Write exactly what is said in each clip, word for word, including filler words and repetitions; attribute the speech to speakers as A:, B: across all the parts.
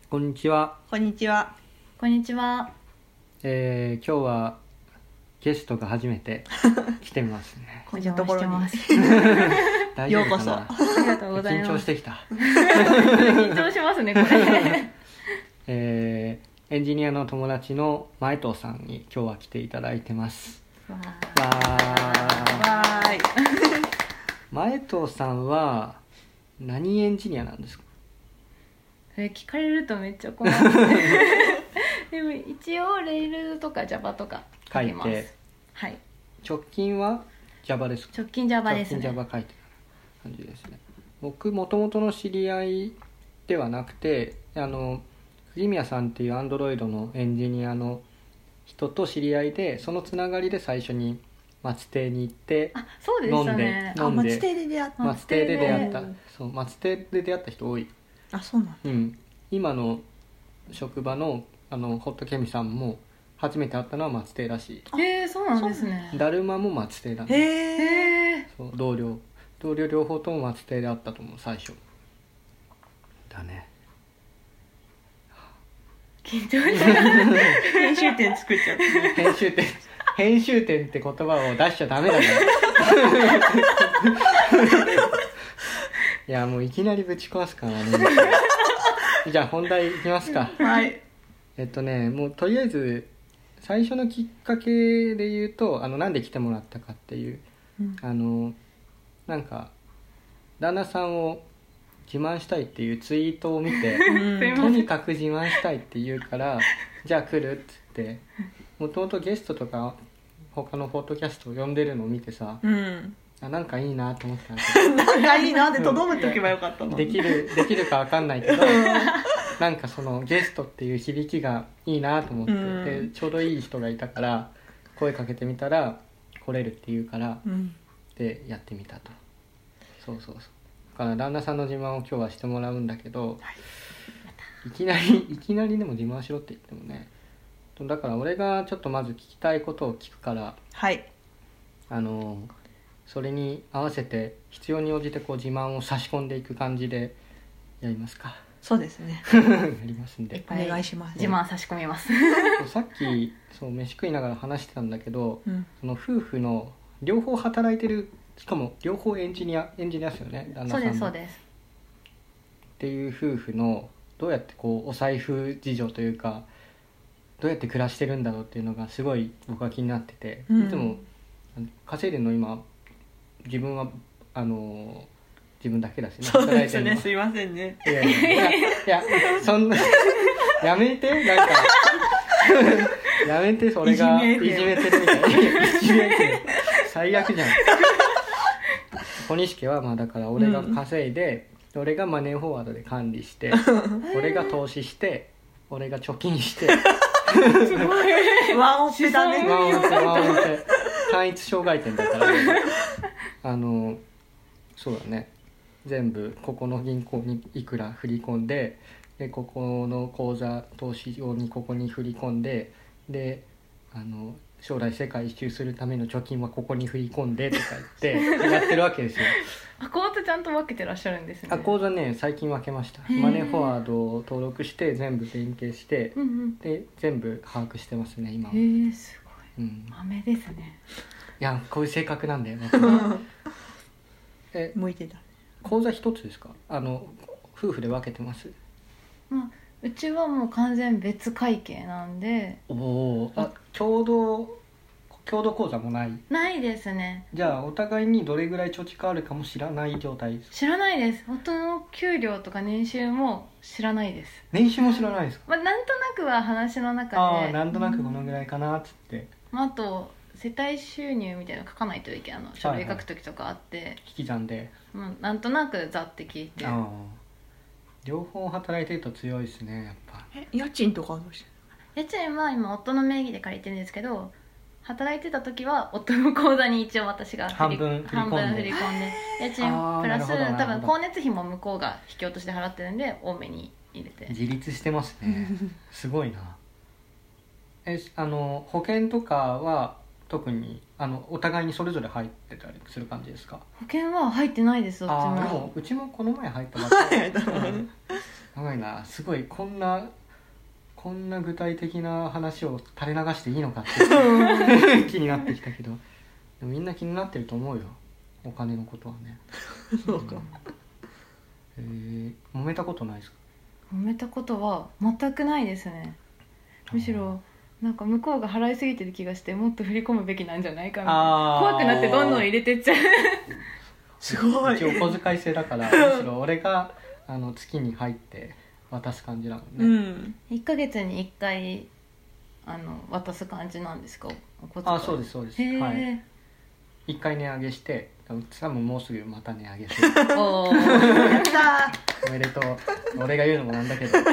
A: こんにちは。
B: こんにちは。
C: こんにちは。
A: えー、今日はゲストが初めて来てますね。
C: お邪魔してます。
A: 大丈夫かな。
B: ようこそ。
C: ありがとうございます。
A: 緊張してきた。
C: 緊張しますねこれ。
A: えー、エンジニアの友達の前藤さんに今日は来ていただいてます。
C: わ
A: わ
B: わーい。
A: 前藤さんは何エンジニアなんですか？
C: それ聞かれるとめっちゃ困る。でも一応レールとか Java とか書きます。
A: 書いて、
C: はい。
A: 直近は Java ですか？
C: 直近 Java ですね。
A: 直近 Java 書いてる感じですね。僕もともとの知り合いではなくて、あの藤宮さんっていう Android のエンジニアの人と知り合いで、そのつながりで最初に松亭に行って、
C: あ、そうでしたね。
A: 飲んで
B: あ、松亭で出会った。
A: 松亭で出会った
B: 松亭で
A: そう松亭で出会った人多い。
B: あ、そうなんだ。
A: うん、今の職場のあのホットケミさんも初めて会ったのは松亭らしい。
C: へえ、そうなんですね。
A: だるまも松亭だね。
B: へ
C: へえ。
A: そう同僚同僚両方とも松亭で会ったと思う最初だね。
C: 緊張し
B: ー。編集点作っちゃった。
A: 編集点編集点って言葉を出しちゃダメだから。いやもういきなりぶち壊すからね。じゃあ本題いきますか。
B: はい。
A: えっとねもうとりあえず最初のきっかけで言うと、あのなんで来てもらったかっていう、
B: うん、
A: あのなんか旦那さんを自慢したいっていうツイートを見て、
B: うん、
A: とにかく自慢したいって言うからじゃあ来るっつって、もともとゲストとか他のポッドキャストを呼んでるのを見てさ、
B: うん、
A: あなんかいいなと思ったんだ
B: なんかいいなってとどめとけばよかったの。
A: できるできるか分かんないけどなんかそのゲストっていう響きがいいなと思って、うん、でちょうどいい人がいたから声かけてみたら来れるって言うから、うん、でやってみたと。そうそうそう。だから旦那さんの自慢を今日はしてもらうんだけど、はい、いきなりいきなりでも自慢しろって言ってもね、だから俺がちょっとまず聞きたいことを聞くから、
B: はい、
A: あのそれに合わせて必要に応じてこう自慢を差し込んでいく感じでやりますか。
B: そうですね。
A: やりますんで
B: お願いします。
C: 自慢差し込みます。
A: さっきそう飯食いながら話してたんだけど、うん、その夫婦の両方働いてる、しかも両方エンジニアエンジニアですよね、旦那さんの。
C: そうですそうです。
A: っていう夫婦のどうやってこうお財布事情というかどうやって暮らしてるんだろうっていうのがすごい僕は気になってて、うん、いつも稼いでるの今自分はあの自分だけだしね。
B: そうですね、すいませんね。
A: いやいやいやいやそんなやめてなんかやめて、それがいじめてるみたいな。いじめて最悪じゃん。小西家はまあだから俺が稼いで、うん、俺がマネーフォワードで管理して俺が投資して俺が貯金して
B: すごいワンオペだね。
A: ワンオペワンオペ単一障害点だからあのそうだね、全部ここの銀行にいくら振り込んで、でここの口座投資用にここに振り込んで、であの将来世界一周するための貯金はここに振り込んでとか言ってやってるわけですよ。
C: あ、口座ちゃんと分けてらっしゃるんですね。
A: あ、口座ね最近分けました。マネーフォワードを登録して全部連携して、うんうん、で全部把握してますね今は。
C: へー、すごい、
A: うん、
C: 豆ですね。
A: いやこういう性格なんだよね。え、
B: 向いてた。
A: 口座一つですか？あの夫婦で分けてます？
C: まあ、うちはもう完全別会計なんで。
A: おお、あ、共同共同口座もない？
C: ないですね。
A: じゃあお互いにどれぐらい貯蓄あるかも知らない状態ですか？
C: 知らないです。夫の給料とか年収も知らないです。
A: 年収も知らないですか？
C: まあ、なんとなくは話の中で、
A: ああ、なんとなくこのぐらいかなっつって、
C: まあ、あと世帯収入みたいなの書かないといけない、あの書類書く時とかあって、はいはい、
A: 引き算で、
C: まあ、なんとなくざって聞いて。
A: あ、両方働いてると強いですねやっぱ。
B: え、家賃とかはどうして
C: る？家賃は今夫の名義で借りてるんですけど、働いてた時は夫の口座に一応私が
A: 半分振り込んで、
C: 半分振り込んで家賃プラス多分光熱費も向こうが引き落としで払ってるんで多めに入れて。
A: 自立してますね。すごいな。え、あの保険とかは特にあのお互いにそれぞれ入ってたりする感じですか？
C: 保険は入ってないです。どっちも。
A: あ、でもうちもこの前入ったばっかり。
B: な
A: 長いな。すごいこんなこんな具体的な話を垂れ流していいのかって気になってきたけど、でもみんな気になってると思うよ、お金のことはね。
B: そうか、
A: えー、揉めたことないですか？
C: 揉めたことは全くないですね。むしろなんか向こうが払いすぎてる気がして、もっと振り込むべきなんじゃないかみたいな、怖くなってどんどん入れてっちゃう
B: すごい。
A: 一応お小遣い制だからむしろ俺があの月に入って渡す感じなのね、
B: うん、
C: いっかげつにいっかいあの渡す感じなんですか、お小遣い？
A: あ、そうですそうです、
C: へー、
A: はい、いっかい値上げして、多分もうすぐまた値上げする
C: おー
B: やった
A: おめでとう。俺が言うのもなんだけどへ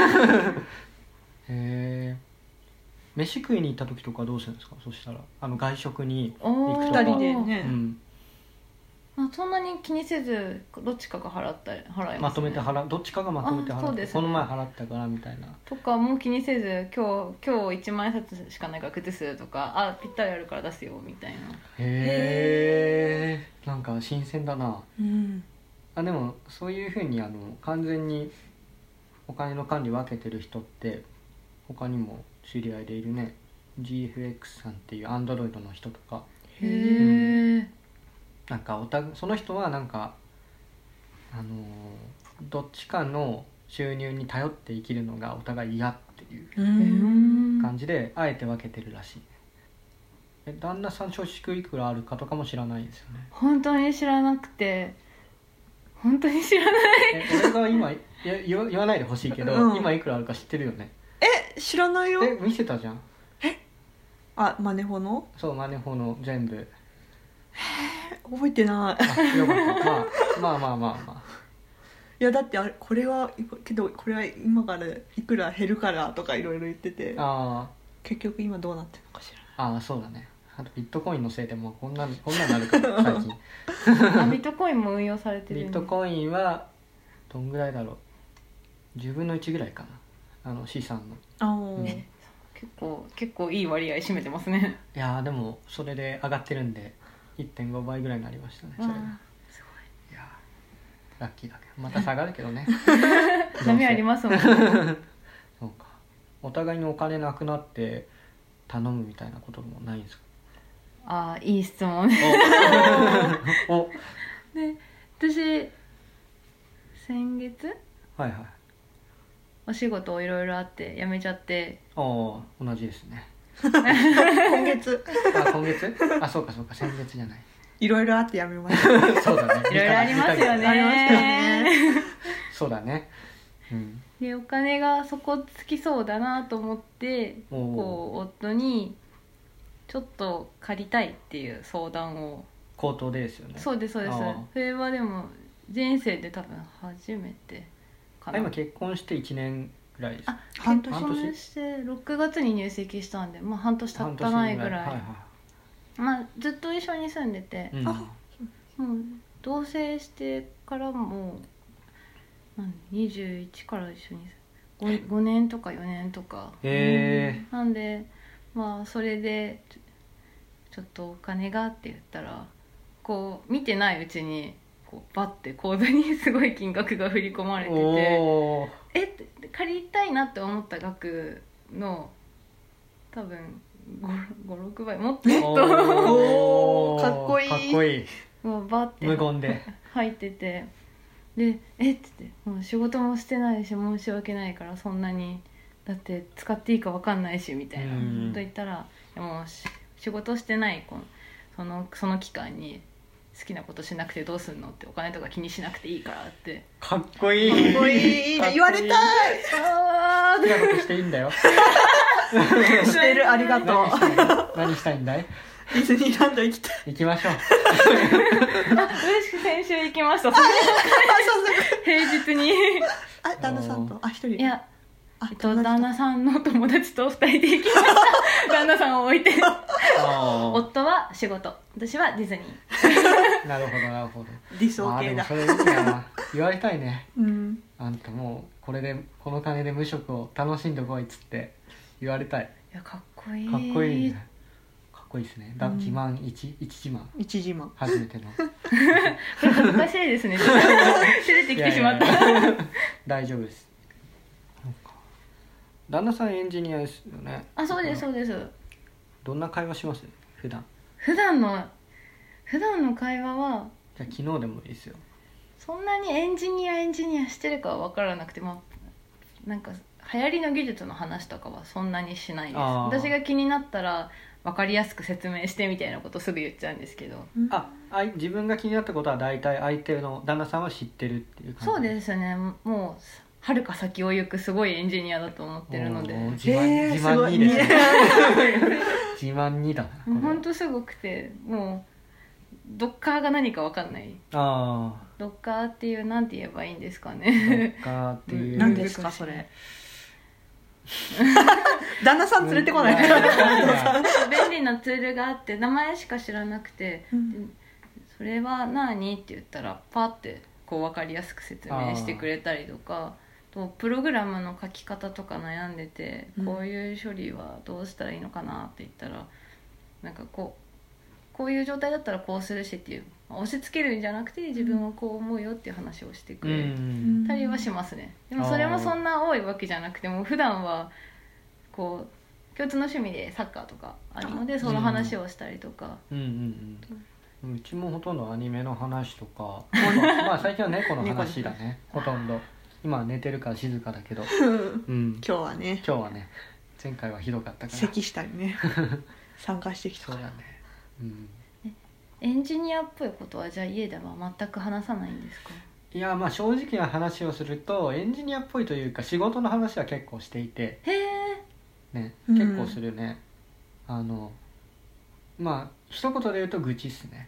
A: え。飯食いに行った時とかどうするんですか？そしたらあの外食に行くとか。
B: ふたりでね、
A: うん、
C: まあ、そんなに気にせずどっちかが払ったり払いますね。
A: まとめて払う、どっちかがまとめて払って、
C: そうですね、
A: この前払ったからみたいな
C: とかもう気にせず、今日今日いちまん円札しかないから崩すとか、あぴったりあるから出すよみたいな。
A: へえ、なんか新鮮だな。
B: うん、
A: あ、でもそういうふうにあの完全にお金の管理分けてる人って他にも知り合いでいるね。 ジーエフエックス さんっていうアンドロイドの人とか。
C: へえ、うん、
A: なんかおたその人はなんかあのーどっちかの収入に頼って生きるのがお互い嫌っていう
B: うん
A: 感じであえて分けてるらしい。え、旦那さん貯蓄いくらあるかとかも知らないんですよね。
C: 本当に知らなくて、本当に知らない。
A: え、俺が今いや言わ言わないでほしいけど、
B: うん
A: 今いくらあるか知ってるよね。
B: え、知らないよ。
A: え、見せたじゃん。
B: あ、マネホの
A: そう、マネホの全部。
B: 覚えてない。
A: あ、よかった。まあまあまあまあまあ。
B: いやだってあれ、これはけどこれは今からいくら減るからとかいろいろ言ってて、
A: あ
B: 結局今どうなってるのかしら。
A: ああ、そうだね。あとビットコインのせいでもうこんなこんなになるから最近
C: あ、ビットコインも運用されてるんで。
A: ビットコインはどんぐらいだろう、じゅうぶんのいちぐらいかな、あの資産の。
B: ああ、
A: うん、
C: 結構結構いい割合占めてますね。
A: いやでもそれで上がってるんで いってんごばいぐらいになりましたね、それが。
C: す
A: いやラッキーだけどまた下がるけどね
C: ごい。波ありますもん。
A: そうか。お互いのお金なくなって頼むみたいなこともないんですか？
C: ああ、いい質問ね。
A: おお
C: で、私先月
A: はいはい。
C: お仕事をいろいろあって辞めちゃって。
A: ああ、同じですね。
B: 今月
A: あ、今月？あ、そうかそうか、先月じゃない。
B: いろいろあってやめました。
A: そうだね。
C: いろいろありますよね。
B: ありましたよね。
A: そうだね。うん。
C: で、お金が底つきそうだなと思って、こう夫にちょっと借りたいっていう相談を。
A: 口頭でですよね。
C: そうですそうです。それはでも人生で多分初めてかな。
A: 今結婚していちねんぐらいです。
C: あ、半年。結婚してろくがつに入籍したんで、まあ半年経ったないぐらい。はいはい。まあずっと一緒に住んでて、うん、あ、もう同棲してからもにじゅういちから一緒に 5, ごねんとかよねんとか。
A: へえ。
C: なんでまあそれでちょっとお金がって言ったら、こう見てないうちにこうバッて口座にすごい金額が振り込まれてて、えって借りたいなって思った額の多分ご、ろくばい、もっともっと
B: かっこいい、
A: かっこいい、
C: もうバッて
A: 無言で
C: 入ってて、でえっつって、もう仕事もしてないし申し訳ないからそんなにだって使っていいか分かんないしみたいなこと言ったら、もう仕事してないこのそのその期間に好きなことしなくてどうすんのって、お金とか気にしなくていいからって。
A: かっこいい、
B: かっこいい、言われたい。
C: あ
A: 好きなことしていいんだよ。
B: してる、ありがとう。
A: 何したいんだい？
B: ディズニーランド行きたい。
A: 行きましょう。
C: あ、嬉しく先週行きました。平日に。
B: あ、旦那さんと、あ、一人。
C: いや、えっと、旦那さんの友達と二人で行きました。旦那さんを置いて。夫は仕事、私はディズニ
A: ー。なるほどなるほど。
B: 理想系だ。
A: あ、でもそれいいな。言われたいね。
B: うん。
A: あんたもうこれでこの金で無職を楽しんでこいっつって言われたい。
C: いや、かっこいい。
A: かっこいいね。かっこいいですね。だ、うん、自慢一一自慢。
B: 一自慢。
A: 初めての。
C: これ恥ずかしいですね。照れてきてしまった。
A: 大丈夫です。 旦那さんエンジニアですよね。
C: あ、そうですそうです。
A: どんな会話します普段？
C: 普段の普段の会話は
A: じゃあ昨日でもいいですよ。
C: そんなにエンジニアエンジニアしてるかは分からなくて、まあ、なんか流行りの技術の話とかはそんなにしないです。私が気になったら分かりやすく説明してみたいなことすぐ言っちゃうんですけど、
A: ああ自分が気になったことは大体相手の旦那さんは知ってるっていう感じ？
C: そうですね、もうはるか先を行くすごいエンジニアだと思ってるので、
A: 自慢、えー、自慢にですね自慢にだな。
C: もうほんとすごくて、もうドッカーが何か分かんない。
A: あ
C: ドッカーっていうなんて言えばいいんですかね。
A: ドッカーっていう
B: 何ですかそれ旦那さん連れてこない便
C: 利なツールがあって名前しか知らなくて、うん、それは何って言ったらパッてこう分かりやすく説明してくれたりとか、とプログラムの書き方とか悩んでて、うん、こういう処理はどうしたらいいのかなって言ったら、なんかこうこういう状態だったらこうするしっていう、押し付けるんじゃなくて自分はこう思うよっていう話をしてくれたりはしますね。でもそれもそんな多いわけじゃなくても、普段はこう共通の趣味でサッカーとかあるのでその話をしたりとか、
A: うんうんうん、うちもほとんどアニメの話とかまあ最近は猫の話だねほとんど。今は寝てるから静かだけど、
B: うん、今日はね
A: 今日はね前回はひどかったから
B: 咳したりね参加してきたから。
A: そうだね、うん、
C: エンジニアっぽいことはじゃあ家では全く話さないんですか？
A: いやまあ正直な話をするとエンジニアっぽいというか仕事の話は結構していて、
C: へ
A: ー、ね、結構するね、うん、あのまあ一言で言うと愚痴っすね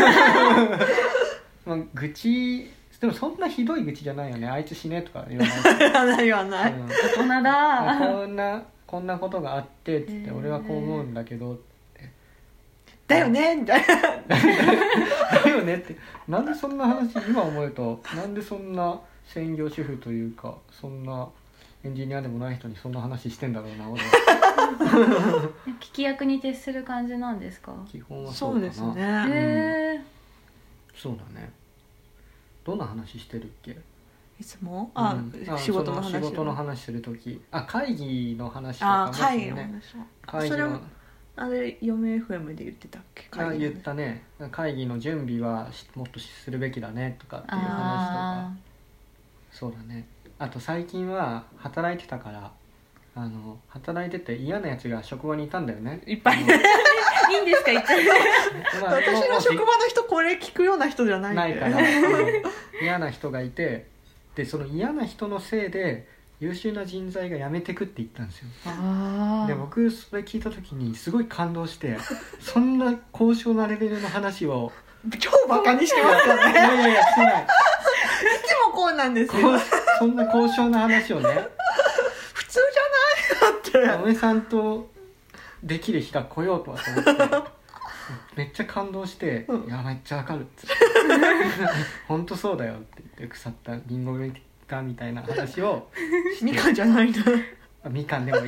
A: まあ愚痴でもそんなひどい愚痴じゃないよね。あいつ死ねとか言わない
B: 言わない言わない、
C: うん、大人だ
A: こんなこんなことがあってっつって俺はこう思うんだけどって
B: だよねみたいな
A: だよねってなんでそんな話今思うとなんでそんな専業主婦というかそんなエンジニアでもない人にそんな話してんだろうな俺は
C: 聞き役に徹する感じなんですか？
A: 基本はそうかな。
B: そうですね、
C: へー、
A: そうだね。どんな話してるっけ
B: いつも？あ、うん、仕事の話。
A: 仕事の話するとき、あ会議の話とかも、ね、
B: あ会議の話。
A: 会議の
B: あれ嫁 エフエム で言ってたっけ？
A: あ言ったね。会議の準備はもっとするべきだねとかっていう話とか。そうだね。あと最近は働いてたからあの働いてて嫌なやつが職場にいたんだよね。
B: いっぱい。いいんですか言っちゃう私の職場の人これ聞くような人じゃないんで。
A: ないから、うん、嫌な人がいて、でその嫌な人のせいで優秀な人材が辞めてくって言ったんですよ。
C: あ
A: で僕それ聞いた時にすごい感動してそんな高尚なレベルの話を
B: 超バカにしてますよね。い
A: やいやいやしてない。い
B: つもこうなんですよ。
A: そんな高尚な話をね
B: 普通じゃないだって。
A: 嫁さんとできる日が来ようとはと思ってめっちゃ感動して、うん、いやめっちゃわかるって本当そうだよって言って腐ったリンゴがみたいな話を
B: みかんじゃないんだ。
A: みかんでもいい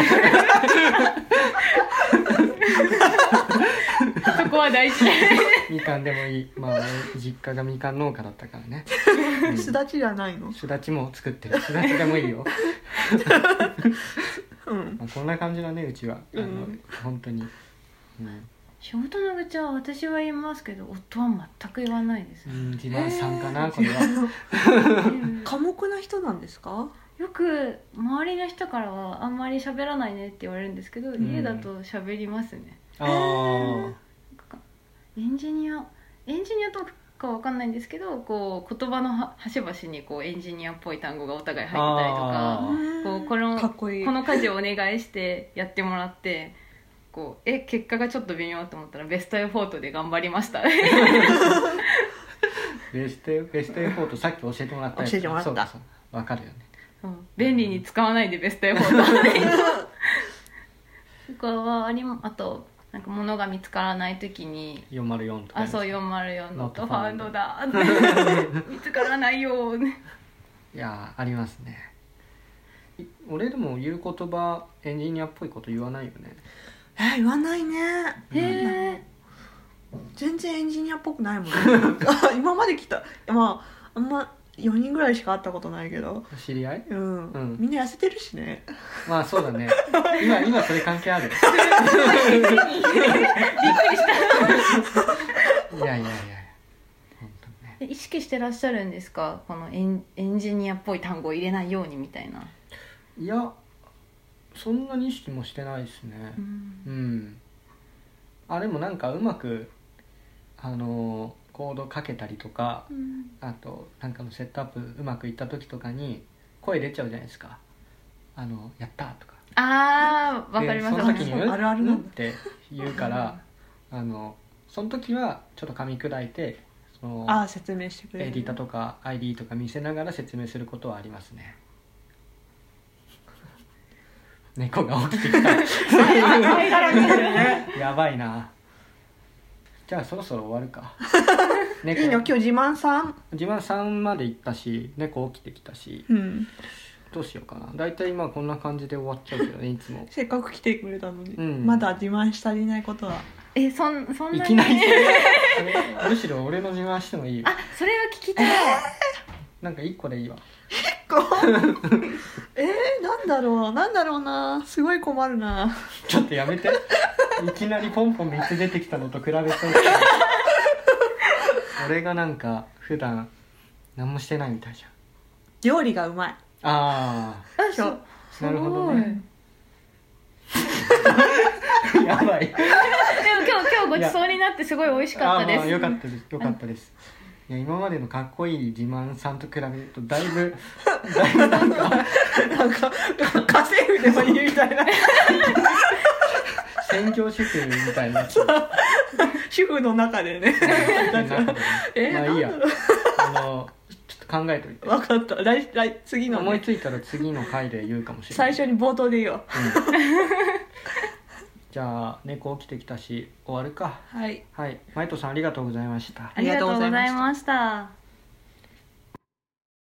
C: そこは大事
A: みかんでもいい。まあ実家がみかん農家だったからね
B: すだちじゃないの？
A: すだちも作ってる。すだちでもいいようんまあ、こんな感じだねうちは、あの、うん、本当に、うん、
C: 仕事の愚痴は私は言いますけど夫は全く言わないです、
A: うん、自慢さんかなこれは
B: 寡黙な人なんですか？
C: よく周りの人からはあんまり喋らないねって言われるんですけど、うん、家だと喋りますね。
A: あ
C: エンジニアエンジニアとかわかんないんですけど、こう言葉の端々にこうエンジニアっぽい単語がお互い入ってたりとか、こうこの
B: かっこいい
C: この家事をお願いしてやってもらって、こうえ結果がちょっと微妙と思ったらベストエフォートで頑張りました
A: ベストベストエフォートさっき教えてもらったやつ。
B: 教えてもらった。
A: そうそうわかるよね。
C: うん、便利に使わないでベストエフォートとかはありあとなんか物が見つからないときに
A: よんまるよんとか、
C: あそうよんまるよんのとファウンドだ見つからないよ
A: いやありますね。俺でも言う言葉エンジニアっぽいこと言わないよね。
B: えー、言わないね。
C: へえ、
B: 全然エンジニアっぽくないもんね今まで来たまああんまよにんぐらいしか会ったことないけど、
A: 知り合い、
B: うん、
A: うん、
B: みんな痩せてるしね。
A: まあそうだね。今今それ関係ある。びっくりした。いやいやいや、本当ね。
C: 意識してらっしゃるんですか、このエン、エンジニアっぽい単語を入れないようにみたいな。
A: いや、そんなに意識もしてないですね。うん、うん、あでもなんかうまくあのコードかけたりとか、うん、あとなんかのセットアップうまくいった時とかに声出ちゃうじゃないですか。あのやったとか。
C: あー、わかります。
A: その時にうん
B: あるあるなんだ
A: って言うからあのその時はちょっと噛み砕いて、その
B: あ説明してくれる、
A: エディタとか アイディー とか見せながら説明することはありますね。猫が起きてきた。やばいな。じゃあそろそろ終わるか。猫
B: いいの、今日自慢さん
A: 自慢さんまで行ったし、猫起きてきたし、
B: うん、
A: どうしようかな。だいたい今こんな感じで終わっちゃうけどね、いつも。
B: せっかく来てくれたのに、
A: うん、
B: まだ自慢し足りないことは。
C: え、そん、そんなに
A: いきなりむしろ俺の自慢してもいいよ。
C: あ、それは聞きたい。
A: なんかいっこでいいわ。
B: いっこえー、なんだろうなんだろうな、すごい困るな。
A: ちょっとやめて。いきなりポンポンみっつ出てきたのと比べといて。俺がなんか普段何もしてないみたいじゃん。
B: 料理がうまい。
A: ああ、
B: 今
A: 日なるほどね。やばい。でも
C: 今日今日ごちそうになってすごい美味しかったです。
A: ああ、よかったです。よかったです。いや、今までのかっこいい自慢さんと比べるとだいぶだいぶなんか
B: なんか家政婦でもいいみたいな。
A: 専業主婦みたいなやつ。
B: 主婦の中でね。
A: えまあいいや。あのちょっと考えておいて。
B: 分かった。来来次の、ね、
A: 思いついたら次の回で言うかもしれない。
B: 最初に冒頭で言おう。うん、
A: じゃあ猫起きてきたし終わるか。
B: はい。
A: はい。マイトさんありがとうございました。
C: ありがとうございました。